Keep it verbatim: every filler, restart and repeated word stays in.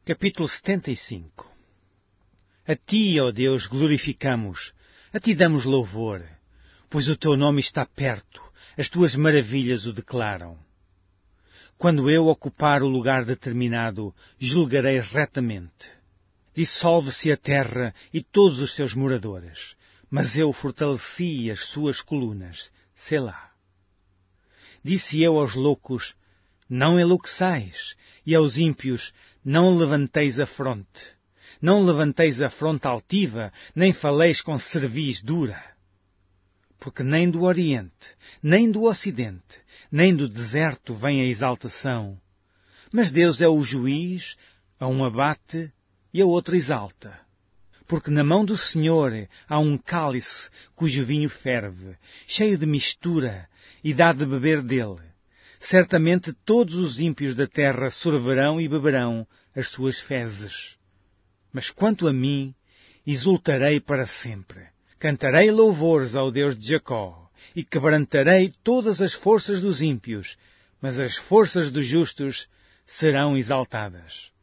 Capítulo setenta e cinco. A Ti, ó Deus, glorificamos, a Ti damos louvor, pois o Teu nome está perto, as Tuas maravilhas o declaram. Quando eu ocupar o lugar determinado, julgarei retamente. Dissolve-se a terra e todos os seus moradores, mas eu fortaleci as suas colunas, Selá. Disse eu aos loucos, não enlouqueçais, e aos ímpios, não levanteis a fronte. Não levanteis a fronte altiva, nem faleis com cerviz dura. Porque nem do Oriente, nem do Ocidente, nem do deserto vem a exaltação. Mas Deus é o juiz, a um abate e a outro exalta. Porque na mão do Senhor há um cálice cujo vinho ferve, cheio de mistura, e dá de beber dele. Certamente todos os ímpios da terra sorverão e beberão as suas fezes. Mas quanto a mim, exultarei para sempre. Cantarei louvores ao Deus de Jacó, e quebrantarei todas as forças dos ímpios, mas as forças dos justos serão exaltadas.